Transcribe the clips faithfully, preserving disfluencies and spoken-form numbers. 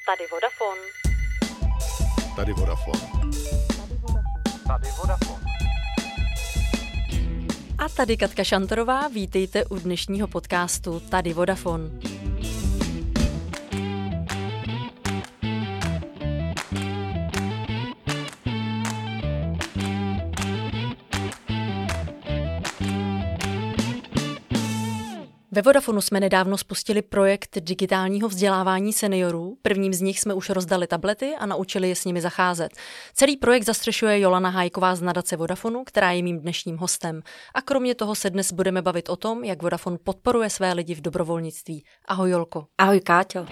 Tady Vodafone. Tady Vodafone. Tady Vodafone. A tady Katka Šantorová, vítejte u dnešního podcastu Tady Vodafone. Ve Vodafonu jsme nedávno spustili projekt digitálního vzdělávání seniorů. Prvním z nich jsme už rozdali tablety a naučili je s nimi zacházet. Celý projekt zastřešuje Jolana Hájková z nadace Vodafonu, která je mým dnešním hostem. A kromě toho se dnes budeme bavit o tom, jak Vodafone podporuje své lidi v dobrovolnictví. Ahoj Jolko. Ahoj Káťo.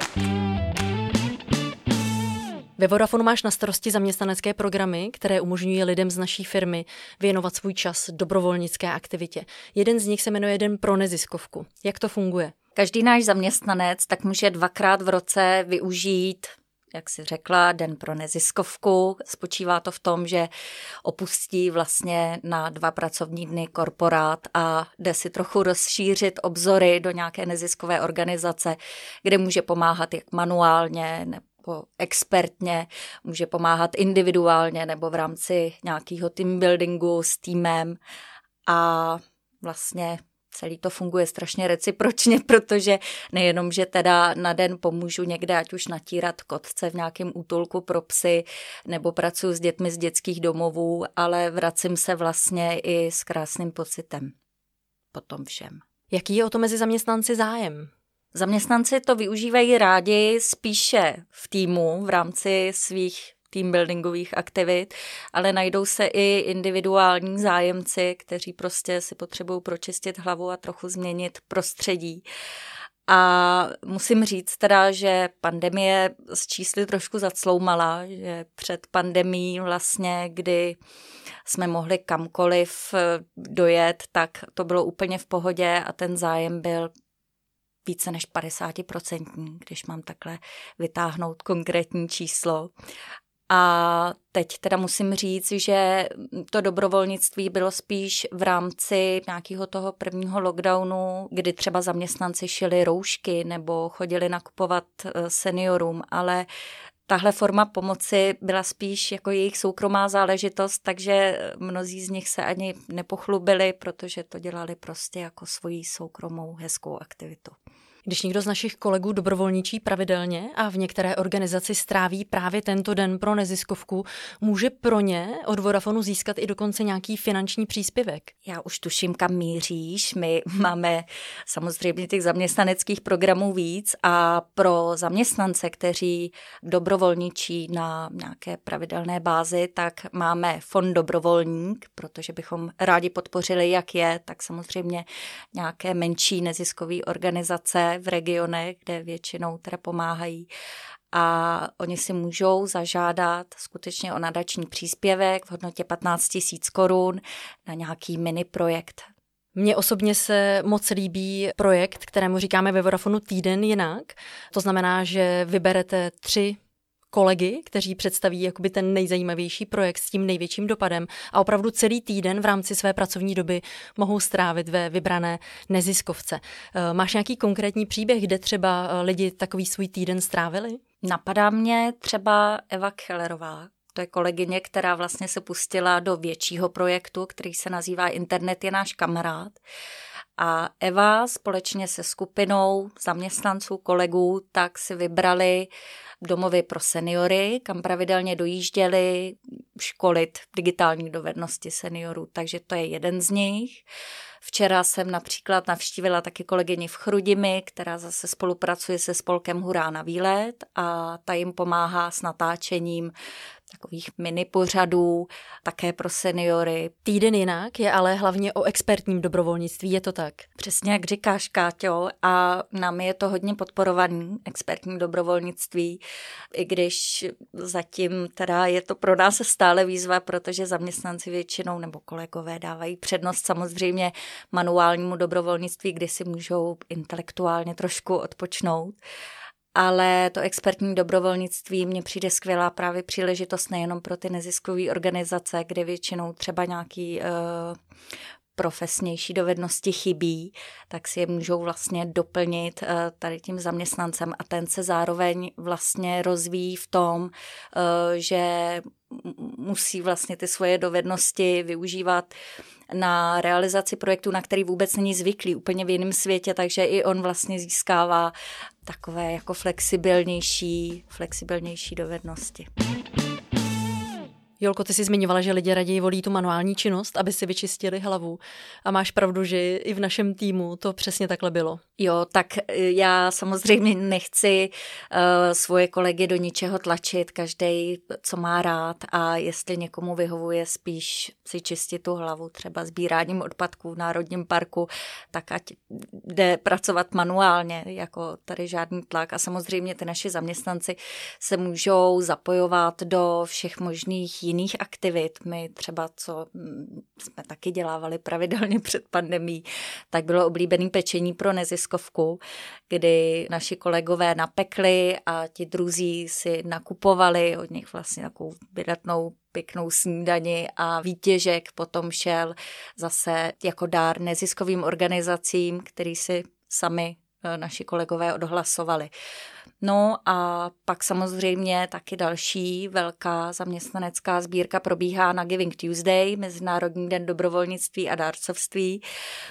Ve Vodafonu máš na starosti zaměstnanecké programy, které umožňují lidem z naší firmy věnovat svůj čas dobrovolnické aktivitě. Jeden z nich se jmenuje Den pro neziskovku. Jak to funguje? Každý náš zaměstnanec tak může dvakrát v roce využít, jak jsi řekla, Den pro neziskovku. Spočívá to v tom, že opustí vlastně na dva pracovní dny korporát a jde si trochu rozšířit obzory do nějaké neziskové organizace, kde může pomáhat jak manuálně, nebo expertně, může pomáhat individuálně nebo v rámci nějakého team buildingu s týmem a vlastně celý to funguje strašně recipročně, protože nejenom, že teda na den pomůžu někde, ať už natírat kotce v nějakém útulku pro psy, nebo pracuji s dětmi z dětských domovů, ale vracím se vlastně i s krásným pocitem po tom všem. Jaký je o to mezi zaměstnanci zájem? Zaměstnanci to využívají rádi spíše v týmu v rámci svých teambuildingových aktivit, ale najdou se i individuální zájemci, kteří prostě si potřebují pročistit hlavu a trochu změnit prostředí. A musím říct teda, že pandemie s čísly trošku zacloumala, že před pandemií vlastně, kdy jsme mohli kamkoliv dojet, tak to bylo úplně v pohodě a ten zájem byl více než padesát procent, když mám takhle vytáhnout konkrétní číslo. A teď teda musím říct, že to dobrovolnictví bylo spíš v rámci nějakého toho prvního lockdownu, kdy třeba zaměstnanci šili roušky nebo chodili nakupovat seniorům, ale tahle forma pomoci byla spíš jako jejich soukromá záležitost, takže mnozí z nich se ani nepochlubili, protože to dělali prostě jako svoji soukromou hezkou aktivitu. Když někdo z našich kolegů dobrovolničí pravidelně a v některé organizaci stráví právě tento den pro neziskovku, může pro ně od Vodafonu získat i dokonce nějaký finanční příspěvek? Já už tuším, kam míříš. My máme samozřejmě těch zaměstnaneckých programů víc a pro zaměstnance, kteří dobrovolničí na nějaké pravidelné bázi, tak máme fond dobrovolník, protože bychom rádi podpořili, jak je, tak samozřejmě nějaké menší neziskové organizace v regionech, kde většinou teda pomáhají. A oni si můžou zažádat skutečně o nadační příspěvek v hodnotě patnáct tisíc korun na nějaký mini projekt. Mně osobně se moc líbí projekt, kterému říkáme ve Vodafonu Týden jinak. To znamená, že vyberete tři kolegy, kteří představí jakoby ten nejzajímavější projekt s tím největším dopadem a opravdu celý týden v rámci své pracovní doby mohou strávit ve vybrané neziskovce. Máš nějaký konkrétní příběh, kde třeba lidi takový svůj týden strávili? Napadá mě třeba Eva Kellerová. To je kolegyně, která vlastně se pustila do většího projektu, který se nazývá Internet je náš kamarád. A Eva společně se skupinou zaměstnanců, kolegů, tak si vybrali domovy pro seniory, kam pravidelně dojížděli školit digitální dovednosti seniorů. Takže to je jeden z nich. Včera jsem například navštívila taky kolegyni v Chrudimi, která zase spolupracuje se spolkem Hurá na výlet a ta jim pomáhá s natáčením takových mini pořadů, také pro seniory. Týden jinak je ale hlavně o expertním dobrovolnictví, je to tak? Přesně jak říkáš, Káťo, a nám je to hodně podporovaný, expertní dobrovolnictví, i když zatím teda je to pro nás stále výzva, protože zaměstnanci většinou nebo kolegové dávají přednost samozřejmě manuálnímu dobrovolnictví, kdy si můžou intelektuálně trošku odpočnout. Ale to expertní dobrovolnictví mně přijde skvělá právě příležitost nejenom pro ty neziskové organizace, kde většinou třeba nějaký uh, profesnější dovednosti chybí, tak si je můžou vlastně doplnit tady tím zaměstnancem a ten se zároveň vlastně rozvíjí v tom, že musí vlastně ty svoje dovednosti využívat na realizaci projektu, na který vůbec není zvyklý, úplně v jiném světě, takže i on vlastně získává takové jako flexibilnější, flexibilnější dovednosti. Jolko, ty jsi zmiňovala, že lidi raději volí tu manuální činnost, aby si vyčistili hlavu. A máš pravdu, že i v našem týmu to přesně takhle bylo. Jo, tak já samozřejmě nechci uh, svoje kolegy do ničeho tlačit, každý, co má rád a jestli někomu vyhovuje spíš si čistit tu hlavu, třeba sbíráním odpadků v Národním parku, tak ať jde pracovat manuálně, jako tady žádný tlak. A samozřejmě ty naši zaměstnanci se můžou zapojovat do všech možných jiných aktivit. My třeba, co jsme taky dělávali pravidelně před pandemií, tak bylo oblíbený pečení pro neziskovku, kdy naši kolegové napekli a ti druzí si nakupovali od nich vlastně takovou vydatnou pěknou snídani a výtěžek potom šel zase jako dár neziskovým organizacím, který si sami naši kolegové odhlasovali. No a pak samozřejmě taky další velká zaměstnanecká sbírka probíhá na Giving Tuesday, Mezinárodní den dobrovolnictví a dárcovství.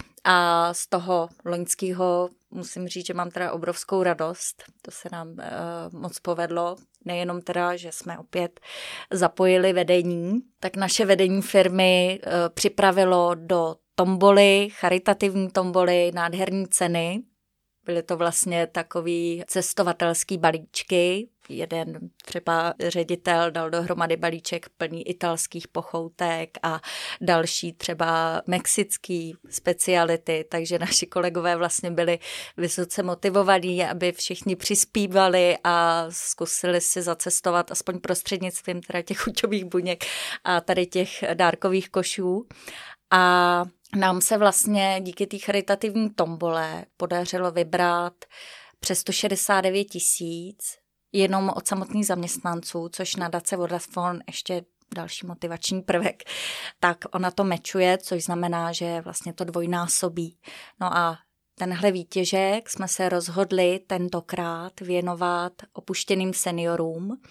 A z toho loňského musím říct, že mám teda obrovskou radost. To se nám uh, moc povedlo. Nejenom teda, že jsme opět zapojili vedení, tak naše vedení firmy uh, připravilo do tomboly, charitativní tomboly, nádherní ceny. Byly to vlastně takový cestovatelský balíčky. Jeden třeba ředitel dal dohromady balíček plný italských pochoutek a další třeba mexický speciality, takže naši kolegové vlastně byli vysoce motivovaní, aby všichni přispívali a zkusili si zacestovat aspoň prostřednictvím teda těch chuťových buněk a tady těch dárkových košů. A nám se vlastně díky té charitativní tombole podařilo vybrat přes sto šedesát devět tisíc jenom od samotných zaměstnanců, což nadace Vodafone ještě další motivační prvek, tak ona to mečuje, což znamená, že vlastně to dvojnásobí. No a tenhle výtěžek jsme se rozhodli tentokrát věnovat opuštěným seniorům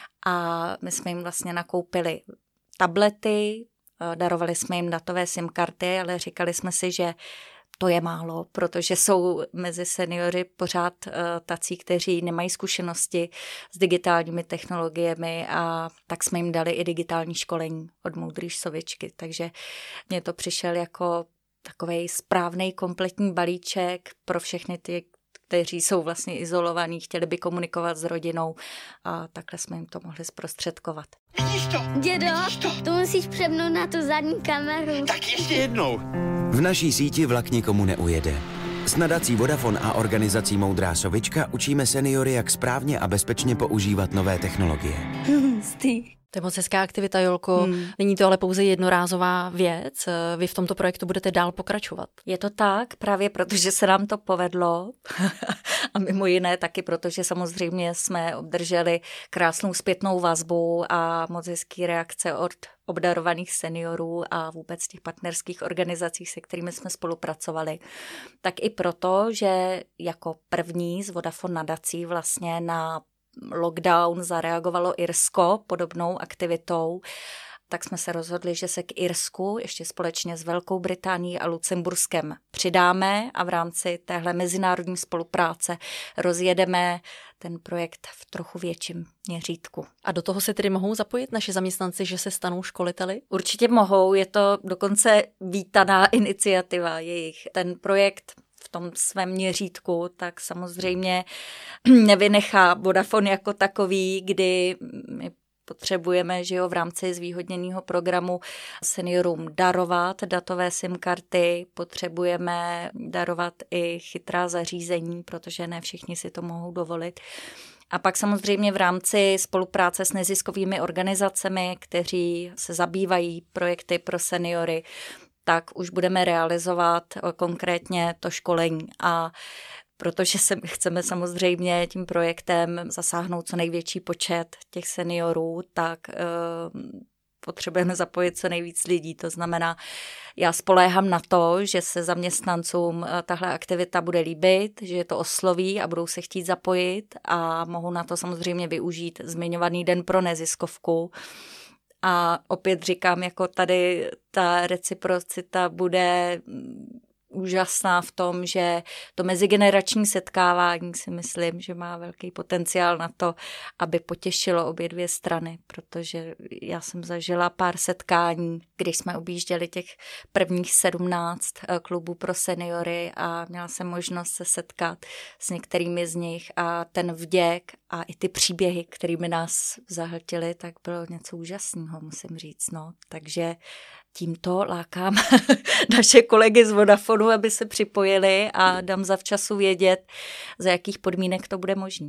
a my jsme jim vlastně nakoupili tablety, darovali jsme jim datové SIM karty, ale říkali jsme si, že to je málo, protože jsou mezi seniory pořád uh, tací, kteří nemají zkušenosti s digitálními technologiemi a tak jsme jim dali i digitální školení od moudrý sověčky. Takže mně to přišel jako takovej správnej kompletní balíček pro všechny ty, kteří jsou vlastně izolovaní, chtěli by komunikovat s rodinou a takhle jsme jim to mohli zprostředkovat. Vidíš to? Dědo, Vidíš to? to musíš přepnout na tu zadní kameru. Tak ještě jednou. V naší síti vlak nikomu neujede. S nadací Vodafone a organizací Moudrá sovička učíme seniory, jak správně a bezpečně používat nové technologie. To je moc hezká aktivita, Jolko. Hmm. Není to ale pouze jednorázová věc. Vy v tomto projektu budete dál pokračovat. Je to tak, právě protože se nám to povedlo a mimo jiné taky, protože samozřejmě jsme obdrželi krásnou zpětnou vazbu a moc hezký reakce od obdarovaných seniorů a vůbec těch partnerských organizací, se kterými jsme spolupracovali. Tak i proto, že jako první z Vodafone nadací vlastně na lockdown zareagovalo Irsko podobnou aktivitou, tak jsme se rozhodli, že se k Irsku ještě společně s Velkou Británií a Lucemburskem přidáme a v rámci téhle mezinárodní spolupráce rozjedeme ten projekt v trochu větším měřítku. A do toho se tedy mohou zapojit naši zaměstnanci, že se stanou školiteli? Určitě mohou, je to dokonce vítaná iniciativa jejich. Ten projekt v tom svém měřítku, tak samozřejmě nevynechá Vodafone jako takový, kdy my potřebujeme, že jo, v rámci zvýhodněného programu seniorům darovat datové SIM karty, potřebujeme darovat i chytrá zařízení, protože ne všichni si to mohou dovolit. A pak samozřejmě v rámci spolupráce s neziskovými organizacemi, kteří se zabývají projekty pro seniory, tak už budeme realizovat konkrétně to školení. A protože se chceme samozřejmě tím projektem zasáhnout co největší počet těch seniorů, tak potřebujeme zapojit co nejvíc lidí. To znamená, já spoléhám na to, že se zaměstnancům tahle aktivita bude líbit, že je to osloví a budou se chtít zapojit a mohou na to samozřejmě využít zmiňovaný den pro neziskovku. A opět říkám, jako tady ta reciprocita bude úžasná v tom, že to mezigenerační setkávání si myslím, že má velký potenciál na to, aby potěšilo obě dvě strany, protože já jsem zažila pár setkání, když jsme objížděli těch prvních sedmnáct klubů pro seniory a měla jsem možnost se setkat s některými z nich a ten vděk a i ty příběhy, kterými nás zahltily, tak bylo něco úžasného, musím říct. No. Takže tímto lákám naše kolegy z Vodafonu, aby se připojili a dám zavčasu vědět, za jakých podmínek to bude možné.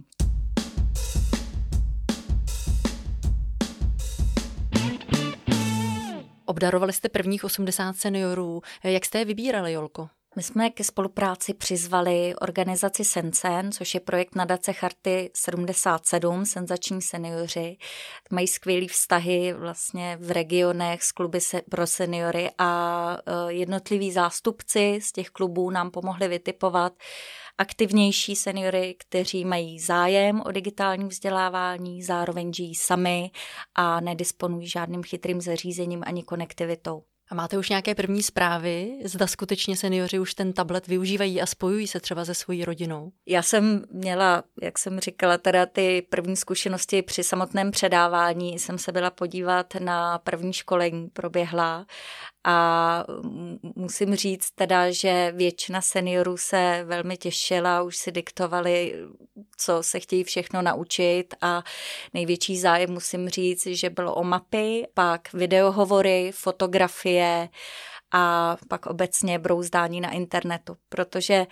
Obdarovali jste prvních osmdesát seniorů. Jak jste je vybírali, Jolko? My jsme ke spolupráci přizvali organizaci Sencen, což je projekt nadace Charty sedmdesát sedm, Senzační seniori. Mají skvělý vztahy vlastně v regionech s kluby pro seniory a jednotliví zástupci z těch klubů nám pomohli vytipovat aktivnější seniory, kteří mají zájem o digitální vzdělávání, zároveň žijí sami a nedisponují žádným chytrým zařízením ani konektivitou. A máte už nějaké první zprávy, zda skutečně seniori už ten tablet využívají a spojují se třeba se svojí rodinou? Já jsem měla, jak jsem říkala, teda ty první zkušenosti při samotném předávání. Jsem se byla podívat na první školení, proběhla a musím říct teda, že většina seniorů se velmi těšila, už si diktovali, co se chtějí všechno naučit a největší zájem musím říct, že bylo o mapy, pak videohovory, fotografie a pak obecně brouzdání na internetu, protože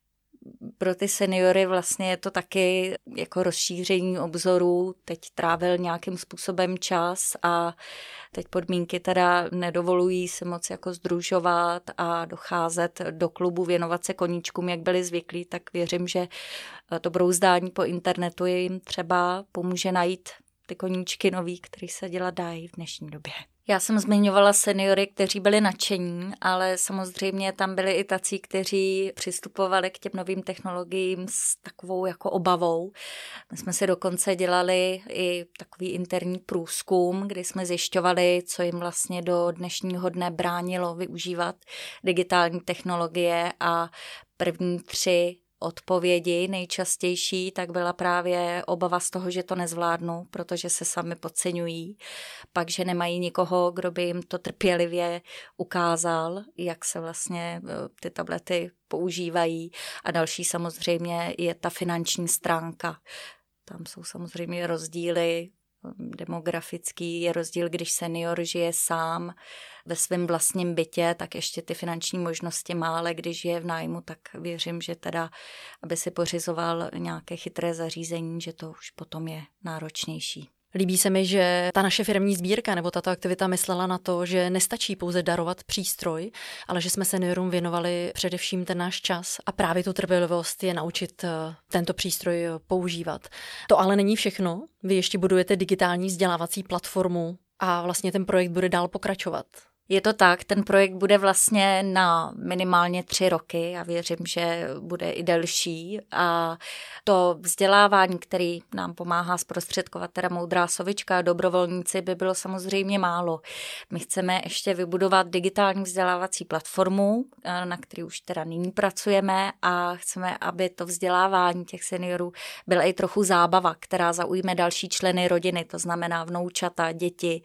pro ty seniory vlastně je to taky jako rozšíření obzorů, teď trávil nějakým způsobem čas a teď podmínky teda nedovolují se moc jako sdružovat a docházet do klubu, věnovat se koníčkům, jak byli zvyklí, tak věřím, že to brouzdání po internetu jim třeba pomůže najít ty koníčky nový, který se dělat dají v dnešní době. Já jsem zmiňovala seniory, kteří byli nadšení, ale samozřejmě tam byli i tací, kteří přistupovali k těm novým technologiím s takovou jako obavou. My jsme si dokonce dělali i takový interní průzkum, kdy jsme zjišťovali, co jim vlastně do dnešního dne bránilo využívat digitální technologie a první tři odpovědi nejčastější, tak byla právě obava z toho, že to nezvládnou, protože se sami podceňují, pak, že nemají nikoho, kdo by jim to trpělivě ukázal, jak se vlastně ty tablety používají a další samozřejmě je ta finanční stránka. Tam jsou samozřejmě rozdíly demografický, je rozdíl, když senior žije sám ve svém vlastním bytě, tak ještě ty finanční možnosti má, ale když žije v nájmu, tak věřím, že teda, aby si pořizoval nějaké chytré zařízení, že to už potom je náročnější. Líbí se mi, že ta naše firemní sbírka nebo tato aktivita myslela na to, že nestačí pouze darovat přístroj, ale že jsme seniorům věnovali především ten náš čas a právě tu trpělivost je naučit tento přístroj používat. To ale není všechno. Vy ještě budujete digitální vzdělávací platformu a vlastně ten projekt bude dál pokračovat. Je to tak, ten projekt bude vlastně na minimálně tři roky a věřím, že bude i delší a to vzdělávání, který nám pomáhá zprostředkovat teda Moudrá sovička a dobrovolníci, by bylo samozřejmě málo. My chceme ještě vybudovat digitální vzdělávací platformu, na který už teda nyní pracujeme a chceme, aby to vzdělávání těch seniorů byla i trochu zábava, která zaujme další členy rodiny, to znamená vnoučata, děti.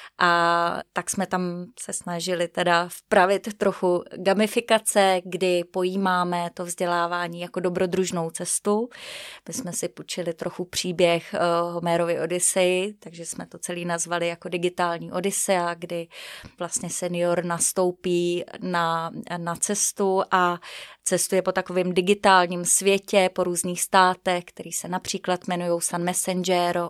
A tak jsme tam se snažili teda vpravit trochu gamifikace, kdy pojímáme to vzdělávání jako dobrodružnou cestu. My jsme si půjčili trochu příběh Homérovy Odyssey, takže jsme to celý nazvali jako digitální Odyssea, kdy vlastně senior nastoupí na, na cestu a cestuje po takovém digitálním světě, po různých státech, který se například jmenují San Messengero,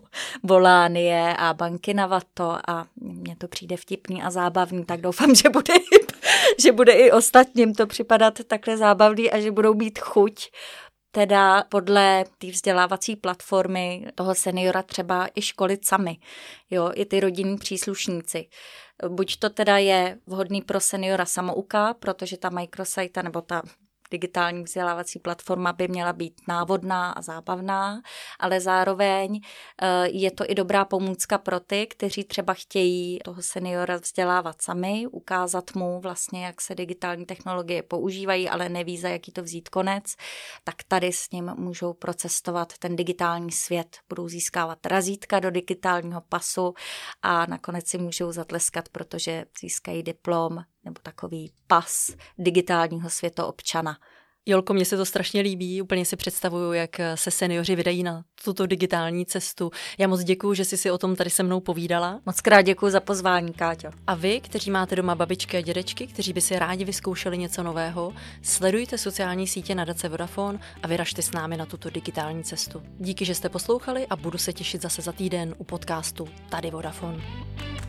Volánie a Banky Navato a mně to přijde vtipný a zábavný, tak doufám, že bude, že bude i ostatním to připadat takhle zábavný a že budou mít chuť teda podle té vzdělávací platformy toho seniora třeba i školit sami, jo, i ty rodinní příslušníci. Buď to teda je vhodný pro seniora samouka, protože ta microsite nebo ta digitální vzdělávací platforma by měla být návodná a zábavná, ale zároveň je to i dobrá pomůcka pro ty, kteří třeba chtějí toho seniora vzdělávat sami, ukázat mu vlastně, jak se digitální technologie používají, ale neví, za jaký to vzít konec, tak tady s ním můžou procestovat ten digitální svět, budou získávat razítka do digitálního pasu a nakonec si můžou zatleskat, protože získají diplom nebo takový pas digitálního světoobčana. Jolko, mně se to strašně líbí, úplně si představuju, jak se seniori vydají na tuto digitální cestu. Já moc děkuju, že jsi si o tom tady se mnou povídala. Moc krát děkuju za pozvání, Káťo. A vy, kteří máte doma babičky a dědečky, kteří by si rádi vyzkoušeli něco nového, sledujte sociální sítě nadace Vodafone a vyražte s námi na tuto digitální cestu. Díky, že jste poslouchali a budu se těšit zase za týden u podcastu Tady Vodafone.